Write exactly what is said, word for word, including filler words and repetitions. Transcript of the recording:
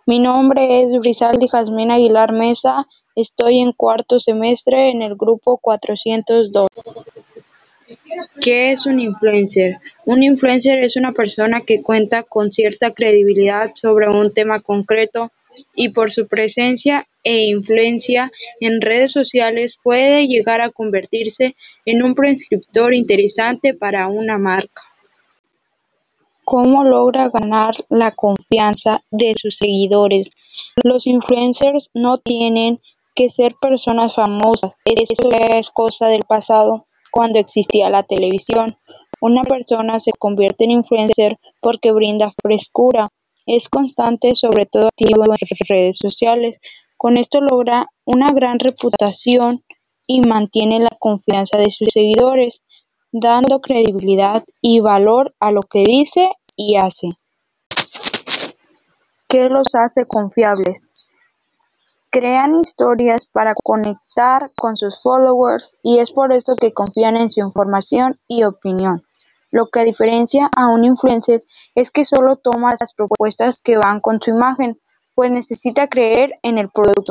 Mi nombre es Brizaldi Jazmín Aguilar Mesa, estoy en cuarto semestre en el grupo cuatrocientos dos. ¿Qué es un influencer? Un influencer es una persona que cuenta con cierta credibilidad sobre un tema concreto y por su presencia e influencia en redes sociales puede llegar a convertirse en un prescriptor interesante para una marca. ¿Cómo logra ganar la confianza de sus seguidores? Los influencers no tienen que ser personas famosas, eso ya es cosa del pasado, cuando existía la televisión. Una persona se convierte en influencer porque brinda frescura, es constante, sobre todo activo en redes sociales. Con esto logra una gran reputación y mantiene la confianza de sus seguidores, dando credibilidad y valor a lo que dice y hace. ¿Qué los hace confiables? Crean historias para conectar con sus followers y es por eso que confían en su información y opinión. Lo que diferencia a un influencer es que solo toma las propuestas que van con su imagen, pues necesita creer en el producto.